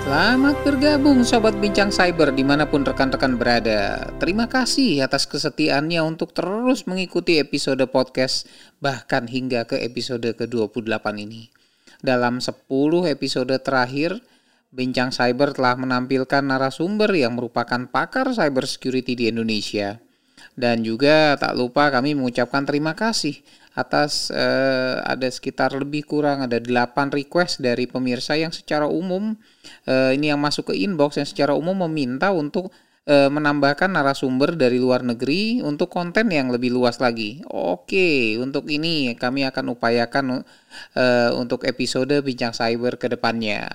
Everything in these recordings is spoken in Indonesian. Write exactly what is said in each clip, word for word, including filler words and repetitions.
Selamat bergabung Sobat Bincang Cyber dimanapun rekan-rekan berada. Terima kasih atas kesetiaannya untuk terus mengikuti episode podcast bahkan hingga ke episode ke dua puluh delapan ini. Dalam sepuluh episode terakhir, Bincang Cyber telah menampilkan narasumber yang merupakan pakar cyber security di Indonesia. Dan juga tak lupa kami mengucapkan terima kasih atas eh, ada sekitar lebih kurang ada delapan request dari pemirsa yang secara umum eh, ini yang masuk ke inbox yang secara umum meminta untuk eh, menambahkan narasumber dari luar negeri untuk konten yang lebih luas lagi. Oke, untuk ini kami akan upayakan eh, untuk episode Bincang Cyber ke depannya.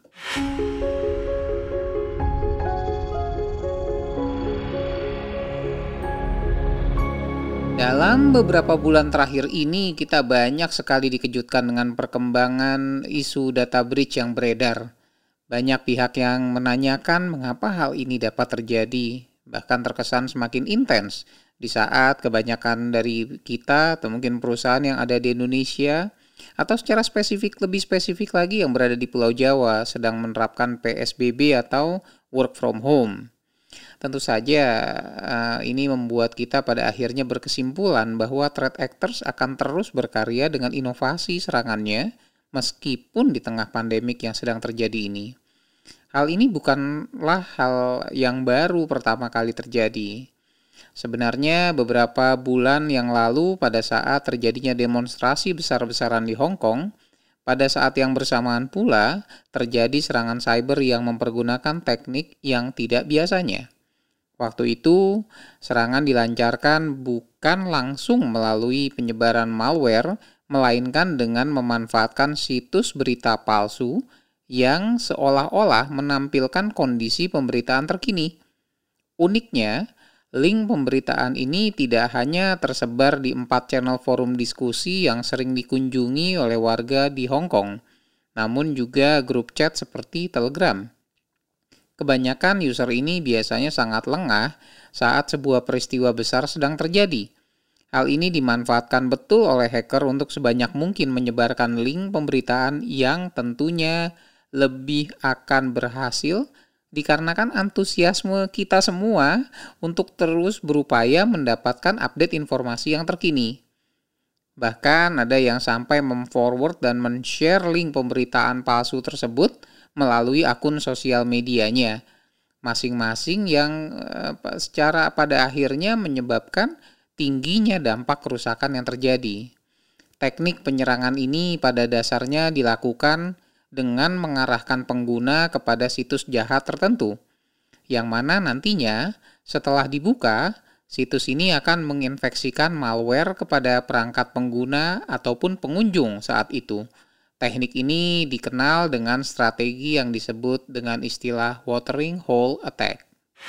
Dalam beberapa bulan terakhir ini, kita banyak sekali dikejutkan dengan perkembangan isu data breach yang beredar. Banyak pihak yang menanyakan mengapa hal ini dapat terjadi, bahkan terkesan semakin intens di saat kebanyakan dari kita atau mungkin perusahaan yang ada di Indonesia atau secara spesifik lebih spesifik lagi yang berada di Pulau Jawa sedang menerapkan P S B B atau work from home. Tentu saja uh, ini membuat kita pada akhirnya berkesimpulan bahwa threat actors akan terus berkarya dengan inovasi serangannya meskipun di tengah pandemik yang sedang terjadi ini. Hal ini bukanlah hal yang baru pertama kali terjadi. Sebenarnya beberapa bulan yang lalu pada saat terjadinya demonstrasi besar-besaran di Hong Kong, pada saat yang bersamaan pula terjadi serangan cyber yang mempergunakan teknik yang tidak biasanya. Waktu itu, serangan dilancarkan bukan langsung melalui penyebaran malware, melainkan dengan memanfaatkan situs berita palsu yang seolah-olah menampilkan kondisi pemberitaan terkini. Uniknya, link pemberitaan ini tidak hanya tersebar di empat channel forum diskusi yang sering dikunjungi oleh warga di Hong Kong, namun juga grup chat seperti Telegram. Kebanyakan user ini biasanya sangat lengah saat sebuah peristiwa besar sedang terjadi. Hal ini dimanfaatkan betul oleh hacker untuk sebanyak mungkin menyebarkan link pemberitaan yang tentunya lebih akan berhasil dikarenakan antusiasme kita semua untuk terus berupaya mendapatkan update informasi yang terkini. Bahkan ada yang sampai memforward dan men-share link pemberitaan palsu tersebut melalui akun sosial medianya masing-masing yang eh, secara pada akhirnya menyebabkan tingginya dampak kerusakan yang terjadi. Teknik penyerangan ini pada dasarnya dilakukan dengan mengarahkan pengguna kepada situs jahat tertentu, yang mana nantinya setelah dibuka, situs ini akan menginfeksikan malware kepada perangkat pengguna ataupun pengunjung saat itu. Teknik ini dikenal dengan strategi yang disebut dengan istilah watering hole attack.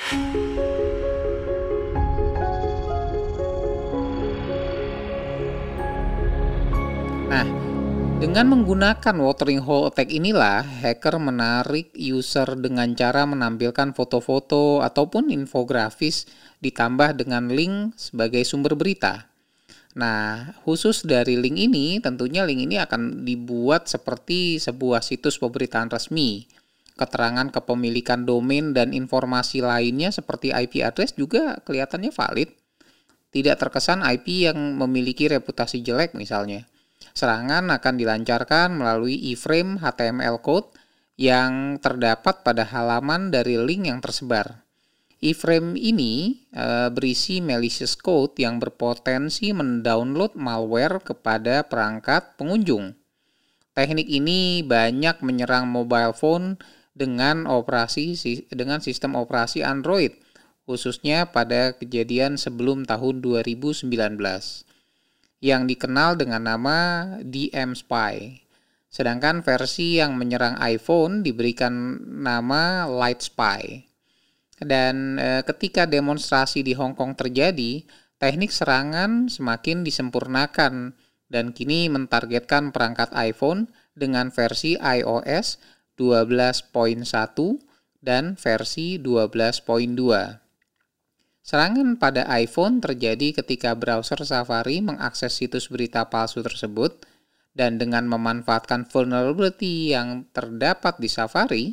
Nah, dengan menggunakan watering hole attack inilah hacker menarik user dengan cara menampilkan foto-foto ataupun infografis ditambah dengan link sebagai sumber berita. Nah, khusus dari link ini, tentunya link ini akan dibuat seperti sebuah situs pemberitaan resmi. Keterangan kepemilikan domain dan informasi lainnya seperti I P address juga kelihatannya valid. Tidak terkesan I P yang memiliki reputasi jelek misalnya. Serangan akan dilancarkan melalui iframe H T M L code yang terdapat pada halaman dari link yang tersebar. Iframe ini e, berisi malicious code yang berpotensi mendownload malware kepada perangkat pengunjung. Teknik ini banyak menyerang mobile phone dengan operasi dengan sistem operasi Android, khususnya pada kejadian sebelum tahun dua ribu sembilan belas, yang dikenal dengan nama D M Spy. Sedangkan versi yang menyerang iPhone diberikan nama Light Spy. Dan e, ketika demonstrasi di Hong Kong terjadi, teknik serangan semakin disempurnakan dan kini mentargetkan perangkat iPhone dengan versi iOS dua belas titik satu dan versi dua belas titik dua. Serangan pada iPhone terjadi ketika browser Safari mengakses situs berita palsu tersebut dan dengan memanfaatkan vulnerability yang terdapat di Safari,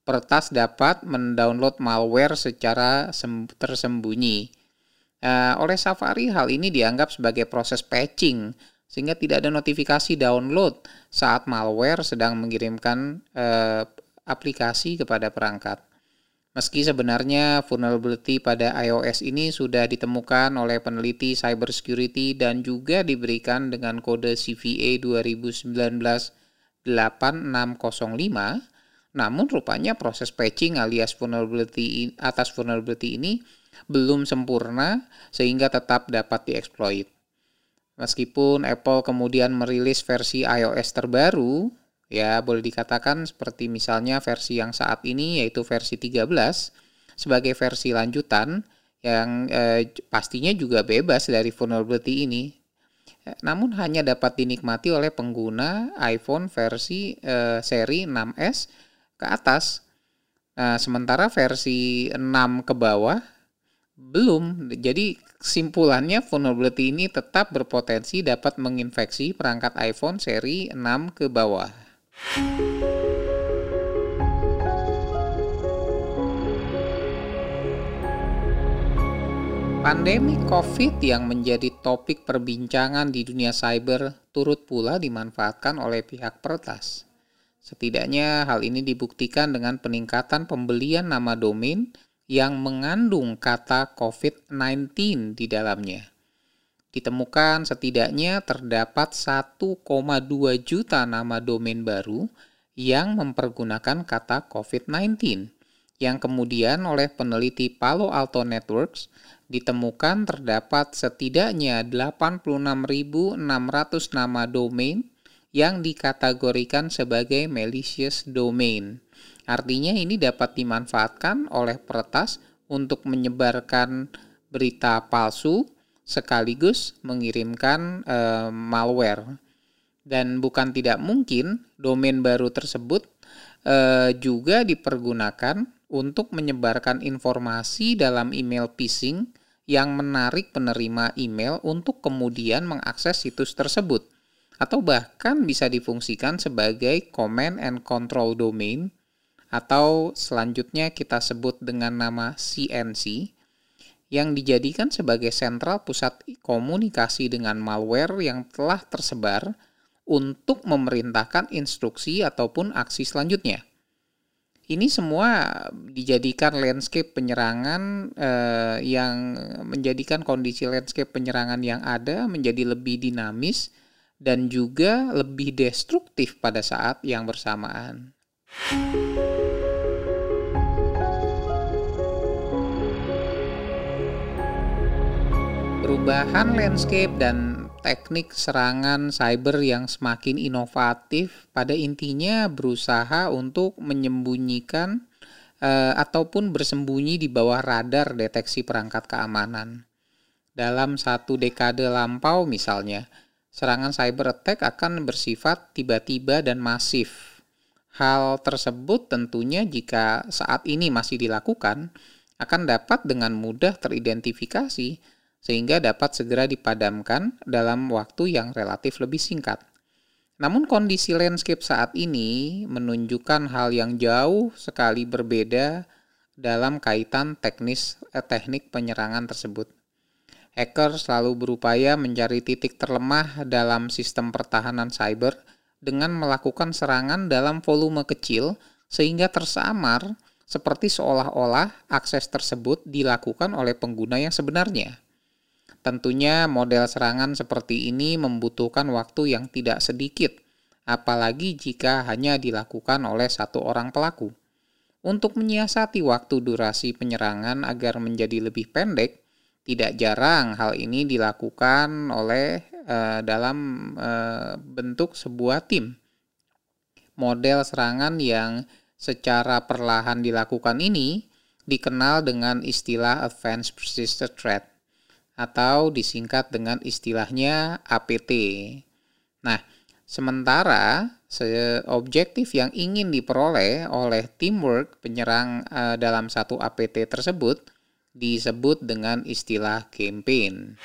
peretas dapat mendownload malware secara sem- tersembunyi. Uh, oleh Safari, hal ini dianggap sebagai proses patching, sehingga tidak ada notifikasi download saat malware sedang mengirimkan uh, aplikasi kepada perangkat. Meski sebenarnya vulnerability pada iOS ini sudah ditemukan oleh peneliti cybersecurity dan juga diberikan dengan kode C V A dua ribu sembilan belas delapan enam nol lima, namun rupanya proses patching alias vulnerability atas vulnerability ini belum sempurna sehingga tetap dapat dieksploit. Meskipun Apple kemudian merilis versi iOS terbaru, ya boleh dikatakan seperti misalnya versi yang saat ini yaitu versi tiga belas sebagai versi lanjutan yang eh, pastinya juga bebas dari vulnerability ini. Namun hanya dapat dinikmati oleh pengguna iPhone versi eh, seri enam S ke atas. Nah, sementara versi enam ke bawah belum. Jadi kesimpulannya vulnerability ini tetap berpotensi dapat menginfeksi perangkat iPhone seri enam ke bawah. Pandemi COVID yang menjadi topik perbincangan di dunia cyber turut pula dimanfaatkan oleh pihak peretas. Setidaknya hal ini dibuktikan dengan peningkatan pembelian nama domain yang mengandung kata covid sembilan belas di dalamnya. Ditemukan setidaknya terdapat satu koma dua juta nama domain baru yang mempergunakan kata covid sembilan belas, yang kemudian oleh peneliti Palo Alto Networks ditemukan terdapat setidaknya delapan puluh enam ribu enam ratus nama domain yang dikategorikan sebagai malicious domain. Artinya ini dapat dimanfaatkan oleh peretas untuk menyebarkan berita palsu sekaligus mengirimkan e, malware. Dan bukan tidak mungkin domain baru tersebut e, juga dipergunakan untuk menyebarkan informasi dalam email phishing yang menarik penerima email untuk kemudian mengakses situs tersebut. Atau bahkan bisa difungsikan sebagai command and control domain, atau selanjutnya kita sebut dengan nama C N C, yang dijadikan sebagai sentral pusat komunikasi dengan malware yang telah tersebar untuk memerintahkan instruksi ataupun aksi selanjutnya. Ini semua dijadikan landscape penyerangan eh, yang menjadikan kondisi landscape penyerangan yang ada menjadi lebih dinamis dan juga lebih destruktif pada saat yang bersamaan. Perubahan landscape dan teknik serangan cyber yang semakin inovatif pada intinya berusaha untuk menyembunyikan eh, ataupun bersembunyi di bawah radar deteksi perangkat keamanan. Dalam satu dekade lampau misalnya, serangan cyber attack akan bersifat tiba-tiba dan masif. Hal tersebut tentunya jika saat ini masih dilakukan akan dapat dengan mudah teridentifikasi sehingga dapat segera dipadamkan dalam waktu yang relatif lebih singkat. Namun kondisi landscape saat ini menunjukkan hal yang jauh sekali berbeda dalam kaitan teknis eh, teknik penyerangan tersebut. Hacker selalu berupaya mencari titik terlemah dalam sistem pertahanan cyber dengan melakukan serangan dalam volume kecil sehingga tersamar seperti seolah-olah akses tersebut dilakukan oleh pengguna yang sebenarnya. Tentunya model serangan seperti ini membutuhkan waktu yang tidak sedikit, apalagi jika hanya dilakukan oleh satu orang pelaku. Untuk menyiasati waktu durasi penyerangan agar menjadi lebih pendek, tidak jarang hal ini dilakukan oleh eh, dalam eh, bentuk sebuah tim. Model serangan yang secara perlahan dilakukan ini dikenal dengan istilah Advanced Persistent Threat, atau disingkat dengan istilahnya A P T. Nah, sementara objektif yang ingin diperoleh oleh teamwork penyerang uh, dalam satu A P T tersebut disebut dengan istilah campaign.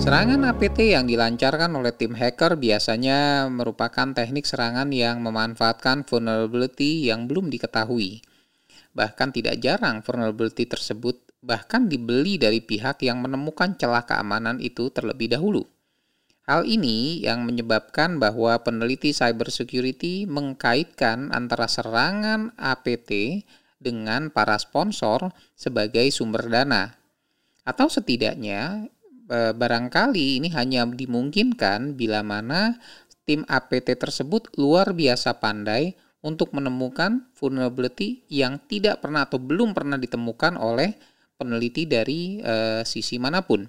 Serangan A P T yang dilancarkan oleh tim hacker biasanya merupakan teknik serangan yang memanfaatkan vulnerability yang belum diketahui. Bahkan tidak jarang vulnerability tersebut bahkan dibeli dari pihak yang menemukan celah keamanan itu terlebih dahulu. Hal ini yang menyebabkan bahwa peneliti cybersecurity mengkaitkan antara serangan A P T dengan para sponsor sebagai sumber dana. Atau setidaknya eh, barangkali ini hanya dimungkinkan bila mana tim A P T tersebut luar biasa pandai untuk menemukan vulnerability yang tidak pernah atau belum pernah ditemukan oleh peneliti dari eh, sisi manapun.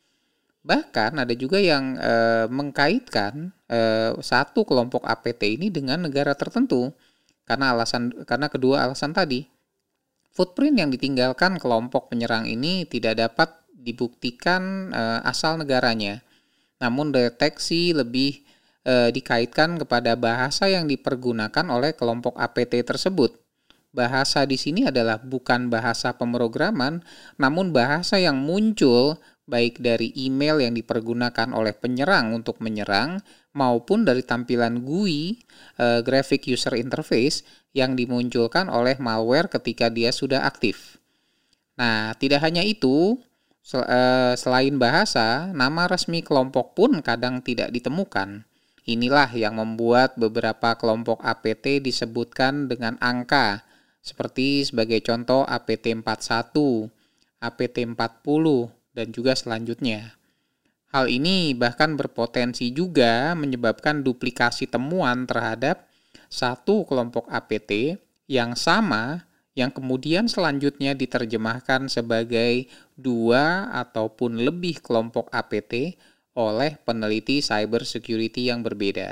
Bahkan ada juga yang eh, mengkaitkan eh, satu kelompok A P T ini dengan negara tertentu karena alasan karena kedua alasan tadi. Footprint yang ditinggalkan kelompok penyerang ini tidak dapat dibuktikan eh, asal negaranya. Namun deteksi lebih eh, dikaitkan kepada bahasa yang dipergunakan oleh kelompok A P T tersebut. Bahasa di sini adalah bukan bahasa pemrograman, namun bahasa yang muncul baik dari email yang dipergunakan oleh penyerang untuk menyerang maupun dari tampilan G U I, eh, Graphic User Interface, yang dimunculkan oleh malware ketika dia sudah aktif. Nah, tidak hanya itu, sel- eh, selain bahasa, nama resmi kelompok pun kadang tidak ditemukan. Inilah yang membuat beberapa kelompok A P T disebutkan dengan angka, seperti sebagai contoh A P T empat puluh satu, A P T empat puluh, dan juga selanjutnya. Hal ini bahkan berpotensi juga menyebabkan duplikasi temuan terhadap satu kelompok A P T yang sama yang kemudian selanjutnya diterjemahkan sebagai dua ataupun lebih kelompok A P T oleh peneliti cybersecurity yang berbeda.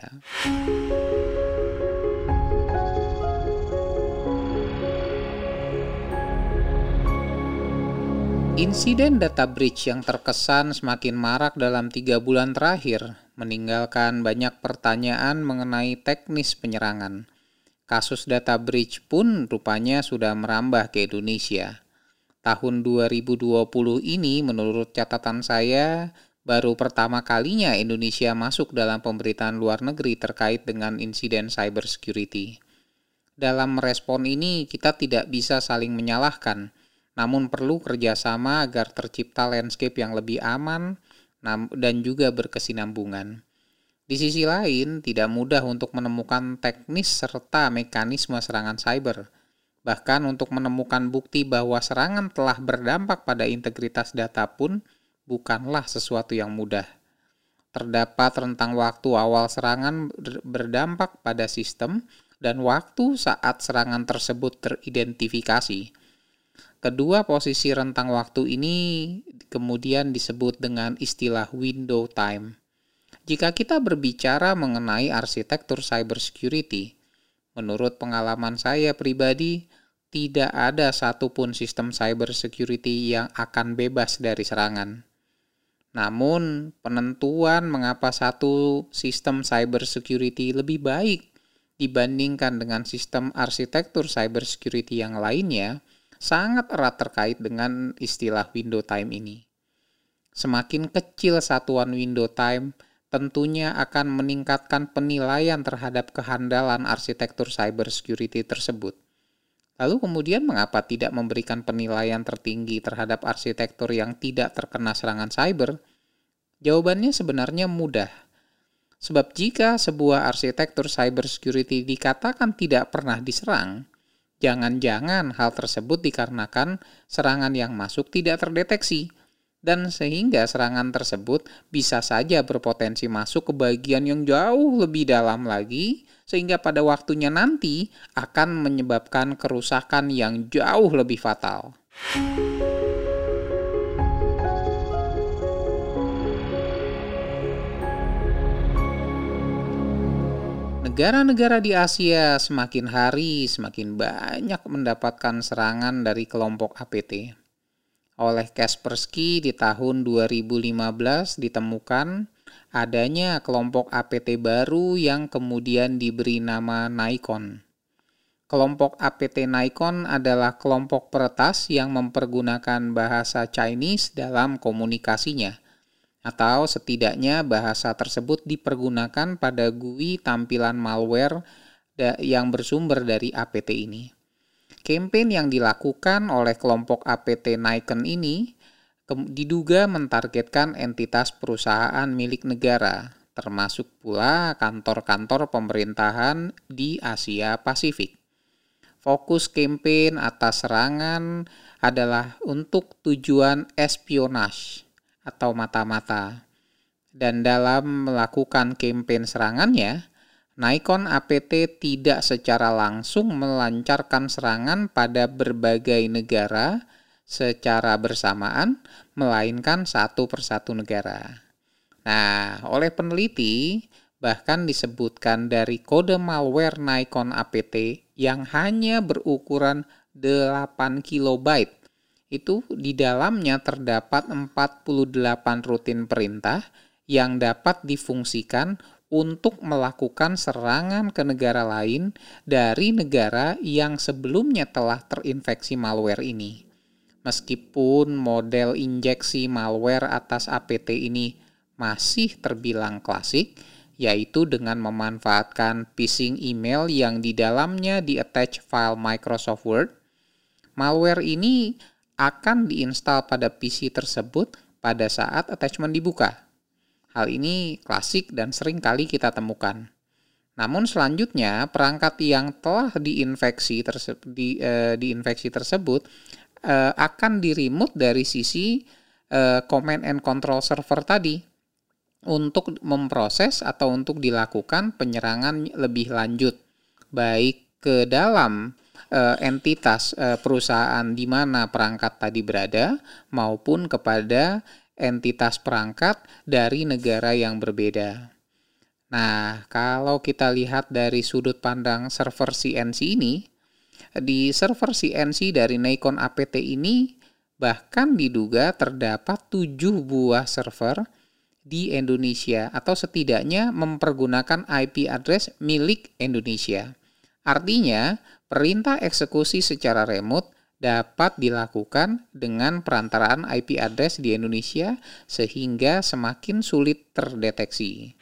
Insiden data breach yang terkesan semakin marak dalam tiga bulan terakhir meninggalkan banyak pertanyaan mengenai teknis penyerangan. Kasus data breach pun rupanya sudah merambah ke Indonesia. Tahun dua ribu dua puluh ini menurut catatan saya baru pertama kalinya Indonesia masuk dalam pemberitaan luar negeri terkait dengan insiden cybersecurity. Dalam merespon ini kita tidak bisa saling menyalahkan, namun perlu kerjasama agar tercipta landscape yang lebih aman dan juga berkesinambungan. Di sisi lain, tidak mudah untuk menemukan teknis serta mekanisme serangan cyber. Bahkan untuk menemukan bukti bahwa serangan telah berdampak pada integritas data pun bukanlah sesuatu yang mudah. Terdapat rentang waktu awal serangan berdampak pada sistem dan waktu saat serangan tersebut teridentifikasi. Kedua posisi rentang waktu ini kemudian disebut dengan istilah window time. Jika kita berbicara mengenai arsitektur cybersecurity, menurut pengalaman saya pribadi, tidak ada satupun sistem cybersecurity yang akan bebas dari serangan. Namun, penentuan mengapa satu sistem cybersecurity lebih baik dibandingkan dengan sistem arsitektur cybersecurity yang lainnya sangat erat terkait dengan istilah window time ini. Semakin kecil satuan window time, tentunya akan meningkatkan penilaian terhadap kehandalan arsitektur cybersecurity tersebut. Lalu kemudian mengapa tidak memberikan penilaian tertinggi terhadap arsitektur yang tidak terkena serangan cyber? Jawabannya sebenarnya mudah. Sebab jika sebuah arsitektur cybersecurity dikatakan tidak pernah diserang, jangan-jangan hal tersebut dikarenakan serangan yang masuk tidak terdeteksi, dan sehingga serangan tersebut bisa saja berpotensi masuk ke bagian yang jauh lebih dalam lagi, sehingga pada waktunya nanti akan menyebabkan kerusakan yang jauh lebih fatal. Negara-negara di Asia semakin hari semakin banyak mendapatkan serangan dari kelompok A P T. Oleh Kaspersky di tahun dua ribu lima belas ditemukan adanya kelompok A P T baru yang kemudian diberi nama Nikon. Kelompok A P T Nikon adalah kelompok peretas yang mempergunakan bahasa Chinese dalam komunikasinya. atau setidaknya bahasa tersebut dipergunakan pada G U I tampilan malware yang bersumber dari A P T ini. Campaign yang dilakukan oleh kelompok A P T Nikon ini diduga mentargetkan entitas perusahaan milik negara, termasuk pula kantor-kantor pemerintahan di Asia Pasifik. Fokus campaign atas serangan adalah untuk tujuan espionage atau mata-mata. Dan dalam melakukan campaign serangannya, Nikon A P T tidak secara langsung melancarkan serangan pada berbagai negara secara bersamaan, melainkan satu persatu negara. Nah, oleh peneliti, bahkan disebutkan dari kode malware Nikon A P T yang hanya berukuran delapan kilobyte. Itu di dalamnya terdapat empat puluh delapan rutin perintah yang dapat difungsikan untuk melakukan serangan ke negara lain dari negara yang sebelumnya telah terinfeksi malware ini. Meskipun model injeksi malware atas A P T ini masih terbilang klasik, yaitu dengan memanfaatkan phishing email yang di dalamnya di-attach file Microsoft Word, malware ini akan diinstal pada P C tersebut pada saat attachment dibuka. Hal ini klasik dan sering kali kita temukan. Namun selanjutnya, perangkat yang telah diinfeksi, terse- di, eh, diinfeksi tersebut eh, akan di-remote dari sisi eh, command and control server tadi untuk memproses atau untuk dilakukan penyerangan lebih lanjut, baik ke dalam eh, entitas eh, perusahaan di mana perangkat tadi berada maupun kepada entitas perangkat dari negara yang berbeda. Nah, kalau kita lihat dari sudut pandang server C N C ini, di server C N C dari Nikon A P T ini bahkan diduga terdapat tujuh buah server di Indonesia atau setidaknya mempergunakan I P address milik Indonesia. Artinya, perintah eksekusi secara remote dapat dilakukan dengan perantaraan I P address di Indonesia sehingga semakin sulit terdeteksi.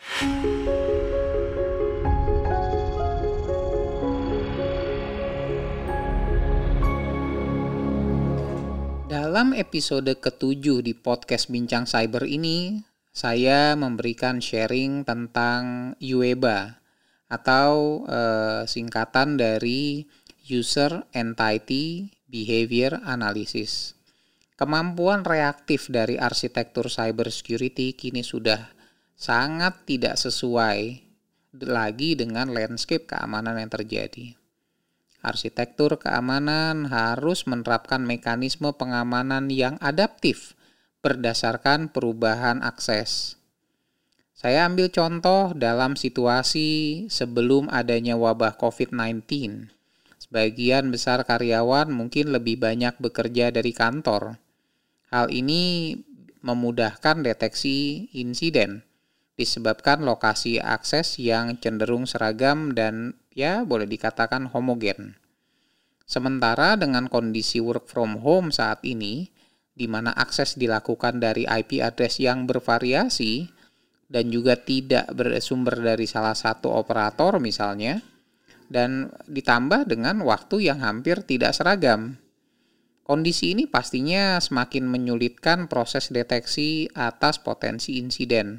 Dalam episode ketujuh di podcast Bincang Cyber ini, saya memberikan sharing tentang U E B A atau eh, singkatan dari User Entity Behavior Analysis. Kemampuan reaktif dari arsitektur cybersecurity kini sudah sangat tidak sesuai lagi dengan landscape keamanan yang terjadi. Arsitektur keamanan harus menerapkan mekanisme pengamanan yang adaptif berdasarkan perubahan akses. Saya ambil contoh dalam situasi sebelum adanya wabah covid sembilan belas. Sebagian besar karyawan mungkin lebih banyak bekerja dari kantor. Hal ini memudahkan deteksi insiden disebabkan lokasi akses yang cenderung seragam dan ya boleh dikatakan homogen. Sementara dengan kondisi work from home saat ini, di mana akses dilakukan dari I P address yang bervariasi dan juga tidak bersumber dari salah satu operator misalnya, dan ditambah dengan waktu yang hampir tidak seragam. Kondisi ini pastinya semakin menyulitkan proses deteksi atas potensi insiden.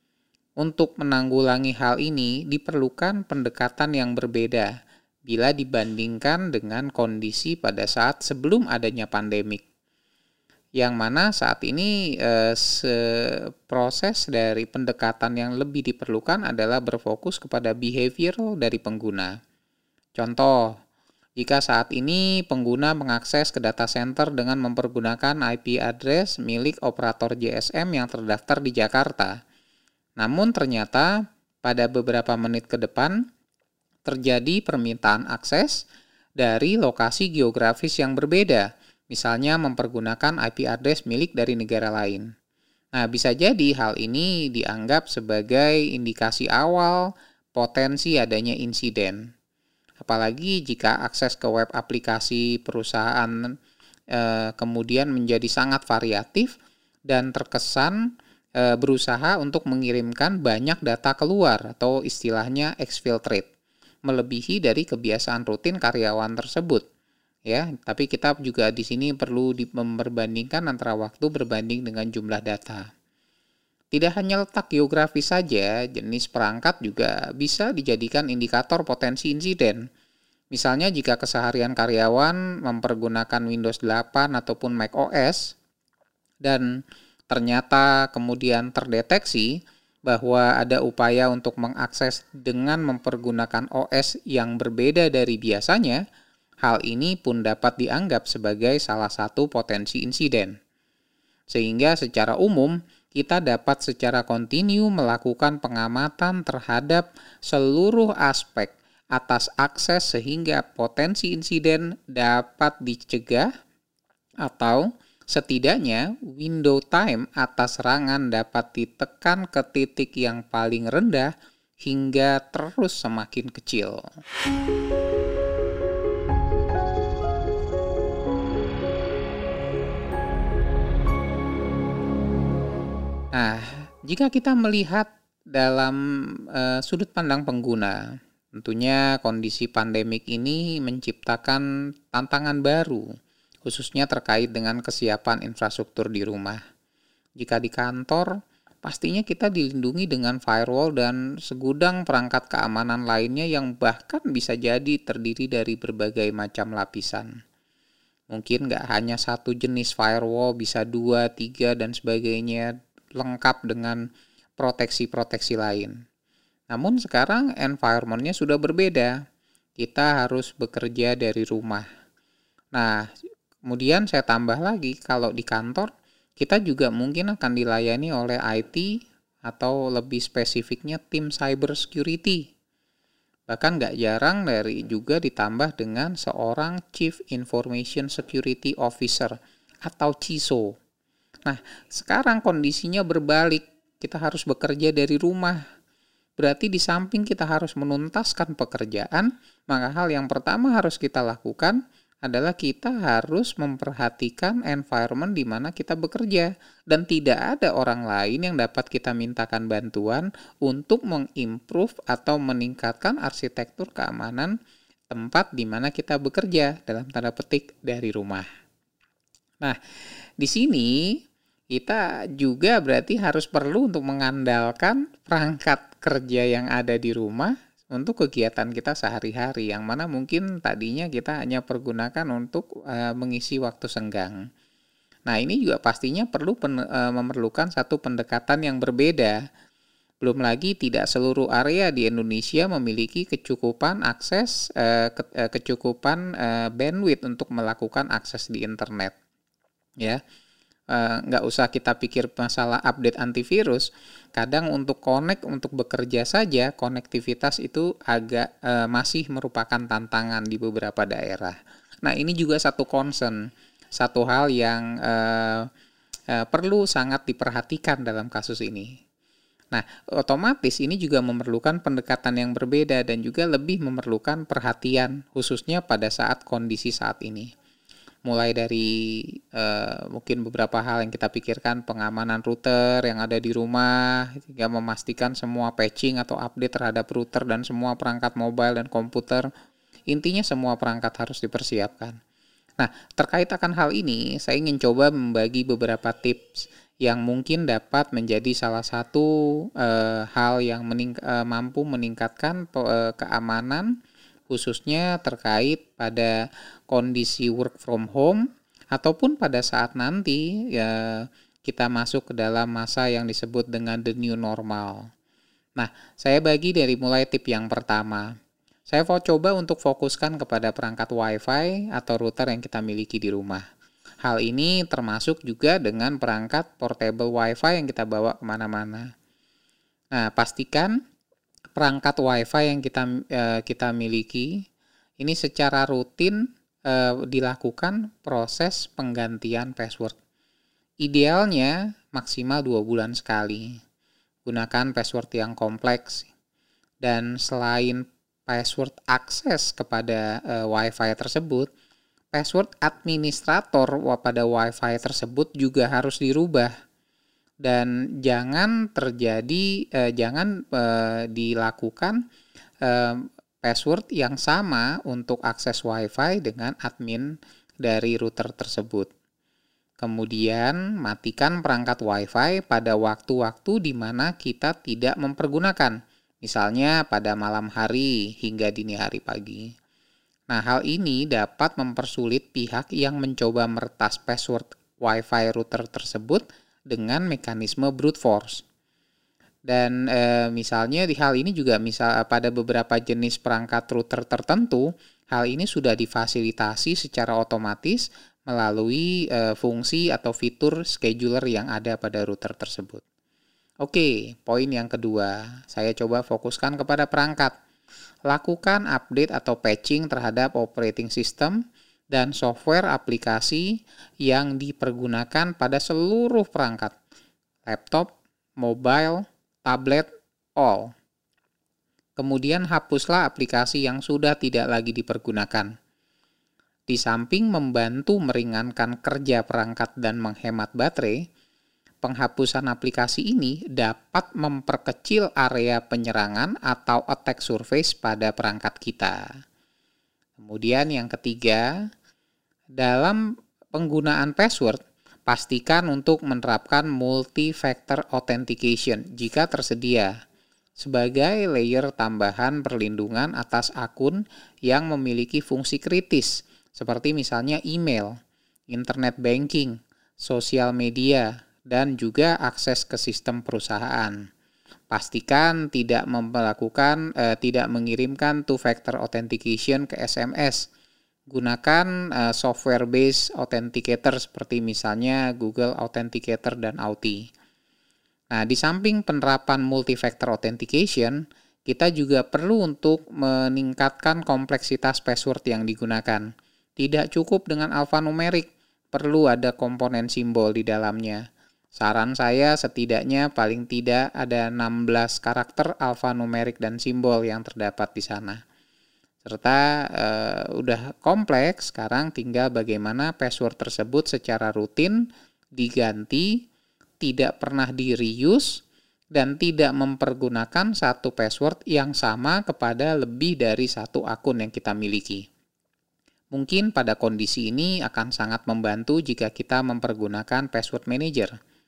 Untuk menanggulangi hal ini diperlukan pendekatan yang berbeda bila dibandingkan dengan kondisi pada saat sebelum adanya pandemik. Yang mana saat ini eh, proses dari pendekatan yang lebih diperlukan adalah berfokus kepada behavior dari pengguna. Contoh, jika saat ini pengguna mengakses ke data center dengan mempergunakan I P address milik operator J S M yang terdaftar di Jakarta, namun ternyata pada beberapa menit ke depan terjadi permintaan akses dari lokasi geografis yang berbeda, misalnya mempergunakan I P address milik dari negara lain. Nah, bisa jadi hal ini dianggap sebagai indikasi awal potensi adanya insiden. Apalagi jika akses ke web aplikasi perusahaan eh, kemudian menjadi sangat variatif dan terkesan eee, berusaha untuk mengirimkan banyak data keluar atau istilahnya exfiltrate, melebihi dari kebiasaan rutin karyawan tersebut, ya. Tapi kita juga di sini perlu di memperbandingkan antara waktu berbanding dengan jumlah data. Tidak hanya letak geografis saja, jenis perangkat juga bisa dijadikan indikator potensi insiden. Misalnya jika keseharian karyawan mempergunakan Windows delapan ataupun macOS dan ternyata kemudian terdeteksi bahwa ada upaya untuk mengakses dengan mempergunakan O S yang berbeda dari biasanya, hal ini pun dapat dianggap sebagai salah satu potensi insiden. Sehingga secara umum, kita dapat secara kontinu melakukan pengamatan terhadap seluruh aspek atas akses sehingga potensi insiden dapat dicegah atau setidaknya window time atas serangan dapat ditekan ke titik yang paling rendah hingga terus semakin kecil. Nah, jika kita melihat dalam uh, sudut pandang pengguna, tentunya kondisi pandemik ini menciptakan tantangan baru, khususnya terkait dengan kesiapan infrastruktur di rumah. Jika di kantor, pastinya kita dilindungi dengan firewall dan segudang perangkat keamanan lainnya yang bahkan bisa jadi terdiri dari berbagai macam lapisan. Mungkin nggak hanya satu jenis firewall, bisa dua, tiga, dan sebagainya, lengkap dengan proteksi-proteksi lain. Namun sekarang environment-nya sudah berbeda. Kita harus bekerja dari rumah. Nah, kemudian saya tambah lagi, kalau di kantor, kita juga mungkin akan dilayani oleh I T atau lebih spesifiknya tim cyber security. Bahkan nggak jarang dari juga ditambah dengan seorang Chief Information Security Officer atau C I S O. Nah, sekarang kondisinya berbalik. Kita harus bekerja dari rumah. Berarti di samping kita harus menuntaskan pekerjaan, maka hal yang pertama harus kita lakukan adalah kita harus memperhatikan environment di mana kita bekerja. Dan tidak ada orang lain yang dapat kita mintakan bantuan untuk mengimprove atau meningkatkan arsitektur keamanan tempat di mana kita bekerja, dalam tanda petik dari rumah. Nah, di sini kita juga berarti harus perlu untuk mengandalkan perangkat kerja yang ada di rumah untuk kegiatan kita sehari-hari, yang mana mungkin tadinya kita hanya pergunakan untuk uh, mengisi waktu senggang. Nah, ini juga pastinya perlu pen, uh, memerlukan satu pendekatan yang berbeda. Belum lagi tidak seluruh area di Indonesia memiliki kecukupan akses, uh, ke, uh, kecukupan uh, bandwidth untuk melakukan akses di internet. Ya. Uh, nggak usah kita pikir masalah update antivirus, kadang untuk connect, untuk bekerja saja, konektivitas itu agak uh, masih merupakan tantangan di beberapa daerah. Nah, ini juga satu concern, satu hal yang uh, uh, perlu sangat diperhatikan dalam kasus ini. Nah, otomatis ini juga memerlukan pendekatan yang berbeda dan juga lebih memerlukan perhatian, khususnya pada saat kondisi saat ini. Mulai dari uh, mungkin beberapa hal yang kita pikirkan, pengamanan router yang ada di rumah, hingga memastikan semua patching atau update terhadap router dan semua perangkat mobile dan komputer. Intinya semua perangkat harus dipersiapkan. Nah, terkait akan hal ini, saya ingin coba membagi beberapa tips yang mungkin dapat menjadi salah satu uh, hal yang mening- uh, mampu meningkatkan uh, keamanan, khususnya terkait pada kondisi work from home ataupun pada saat nanti ya kita masuk ke dalam masa yang disebut dengan the new normal. Nah, saya bagi dari mulai tip yang pertama. Saya mau coba untuk fokuskan kepada perangkat Wi-Fi atau router yang kita miliki di rumah. Hal ini termasuk juga dengan perangkat portable Wi-Fi yang kita bawa kemana-mana. Nah, pastikan perangkat Wi-Fi yang kita eh, kita miliki ini secara rutin eh, dilakukan proses penggantian password. Idealnya maksimal dua bulan sekali. Gunakan password yang kompleks. Dan selain password akses kepada eh, Wi-Fi tersebut, password administrator pada Wi-Fi tersebut juga harus dirubah. dan jangan terjadi eh, jangan eh, dilakukan eh, password yang sama untuk akses Wi-Fi dengan admin dari router tersebut. Kemudian matikan perangkat Wi-Fi pada waktu-waktu di mana kita tidak mempergunakan, misalnya pada malam hari hingga dini hari pagi. Nah, hal ini dapat mempersulit pihak yang mencoba meretas password Wi-Fi router tersebut dengan mekanisme brute force. Dan e, misalnya di hal ini juga misal pada beberapa jenis perangkat router tertentu, hal ini sudah difasilitasi secara otomatis melalui e, fungsi atau fitur scheduler yang ada pada router tersebut. Oke, poin yang kedua, saya coba fokuskan kepada perangkat. Lakukan update atau patching terhadap operating system dan software aplikasi yang dipergunakan pada seluruh perangkat, laptop, mobile, tablet, all. Kemudian hapuslah aplikasi yang sudah tidak lagi dipergunakan. Di samping membantu meringankan kerja perangkat dan menghemat baterai, penghapusan aplikasi ini dapat memperkecil area penyerangan atau attack surface pada perangkat kita. Kemudian yang ketiga, dalam penggunaan password, pastikan untuk menerapkan multi-factor authentication jika tersedia, sebagai layer tambahan perlindungan atas akun yang memiliki fungsi kritis, seperti misalnya email, internet banking, sosial media, dan juga akses ke sistem perusahaan. Pastikan tidak melakukan, eh, tidak mengirimkan two-factor authentication ke S M S. Gunakan uh, software-based authenticator seperti misalnya Google Authenticator dan Authy. Nah, di samping penerapan multi-factor authentication, kita juga perlu untuk meningkatkan kompleksitas password yang digunakan. Tidak cukup dengan alfanumerik, perlu ada komponen simbol di dalamnya. Saran saya setidaknya paling tidak ada enam belas karakter alfanumerik dan simbol yang terdapat di sana. Serta uh, udah kompleks, sekarang tinggal bagaimana password tersebut secara rutin diganti, tidak pernah di-reuse, dan tidak mempergunakan satu password yang sama kepada lebih dari satu akun yang kita miliki. Mungkin pada kondisi ini akan sangat membantu jika kita mempergunakan password manager.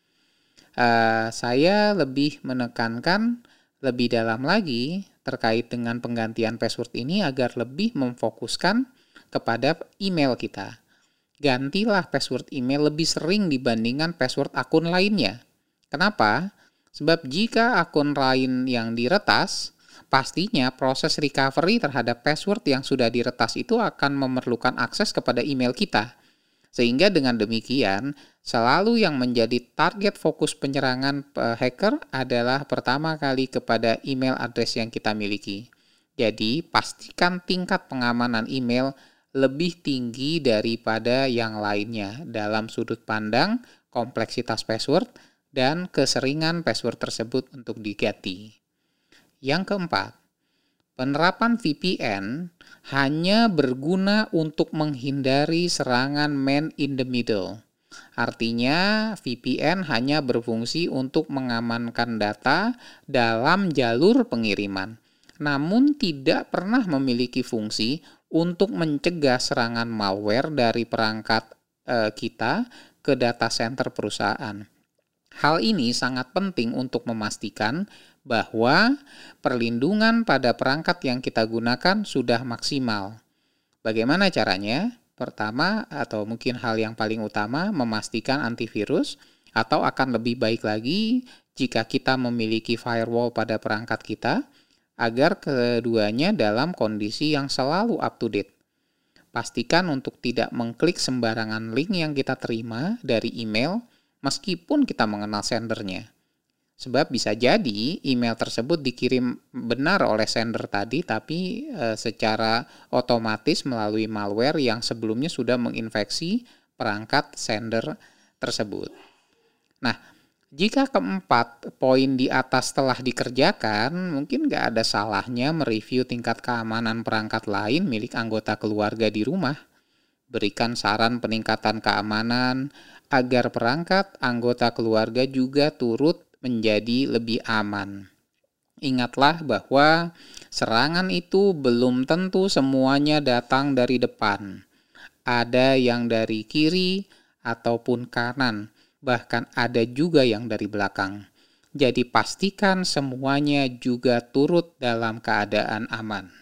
Uh, saya lebih menekankan lebih dalam lagi terkait dengan penggantian password ini agar lebih memfokuskan kepada email kita. Gantilah password email lebih sering dibandingkan password akun lainnya. Kenapa? Sebab jika akun lain yang diretas, pastinya proses recovery terhadap password yang sudah diretas itu akan memerlukan akses kepada email kita. Sehingga dengan demikian, selalu yang menjadi target fokus penyerangan hacker adalah pertama kali kepada email address yang kita miliki. Jadi, pastikan tingkat pengamanan email lebih tinggi daripada yang lainnya dalam sudut pandang kompleksitas password dan keseringan password tersebut untuk diganti. Yang keempat, penerapan V P N hanya berguna untuk menghindari serangan man in the middle. Artinya, V P N hanya berfungsi untuk mengamankan data dalam jalur pengiriman, namun tidak pernah memiliki fungsi untuk mencegah serangan malware dari perangkat e, kita ke data center perusahaan. Hal ini sangat penting untuk memastikan bahwa perlindungan pada perangkat yang kita gunakan sudah maksimal. Bagaimana caranya? Pertama, atau mungkin hal yang paling utama, memastikan antivirus, atau akan lebih baik lagi jika kita memiliki firewall pada perangkat kita, agar keduanya dalam kondisi yang selalu up to date. Pastikan untuk tidak mengklik sembarangan link yang kita terima dari email, meskipun kita mengenal sendernya. Sebab bisa jadi email tersebut dikirim benar oleh sender tadi, tapi e, secara otomatis melalui malware yang sebelumnya sudah menginfeksi perangkat sender tersebut. Nah, jika keempat poin di atas telah dikerjakan, mungkin nggak ada salahnya mereview tingkat keamanan perangkat lain milik anggota keluarga di rumah. berikan saran peningkatan keamanan agar perangkat anggota keluarga juga turut menjadi lebih aman. Ingatlah bahwa serangan itu belum tentu semuanya datang dari depan. Ada yang dari kiri ataupun kanan, bahkan ada juga yang dari belakang. Jadi pastikan semuanya juga turut dalam keadaan aman.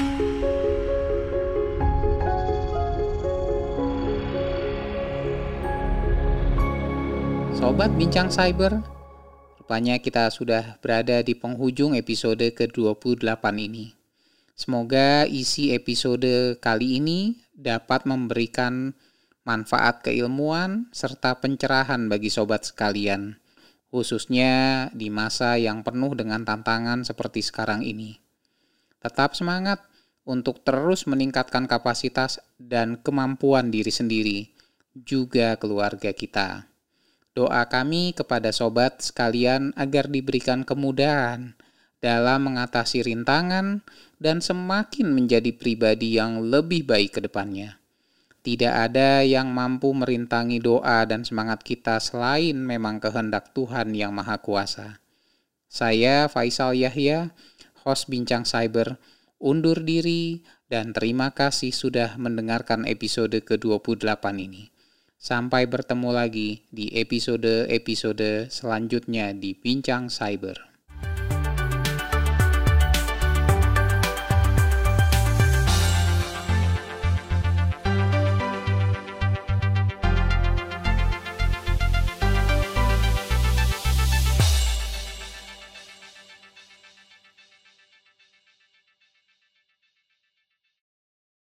Sobat Bincang Cyber, rupanya kita sudah berada di penghujung episode ke dua puluh delapan ini. Semoga isi episode kali ini dapat memberikan manfaat keilmuan serta pencerahan bagi sobat sekalian, khususnya di masa yang penuh dengan tantangan seperti sekarang ini. Tetap semangat untuk terus meningkatkan kapasitas dan kemampuan diri sendiri, juga keluarga kita. Doa kami kepada sobat sekalian agar diberikan kemudahan dalam mengatasi rintangan dan semakin menjadi pribadi yang lebih baik ke depannya. Tidak ada yang mampu merintangi doa dan semangat kita selain memang kehendak Tuhan yang Maha Kuasa. Saya Faisal Yahya, host Bincang Cyber, undur diri dan terima kasih sudah mendengarkan episode ke dua puluh delapan ini. Sampai bertemu lagi di episode-episode selanjutnya di Bincang Cyber.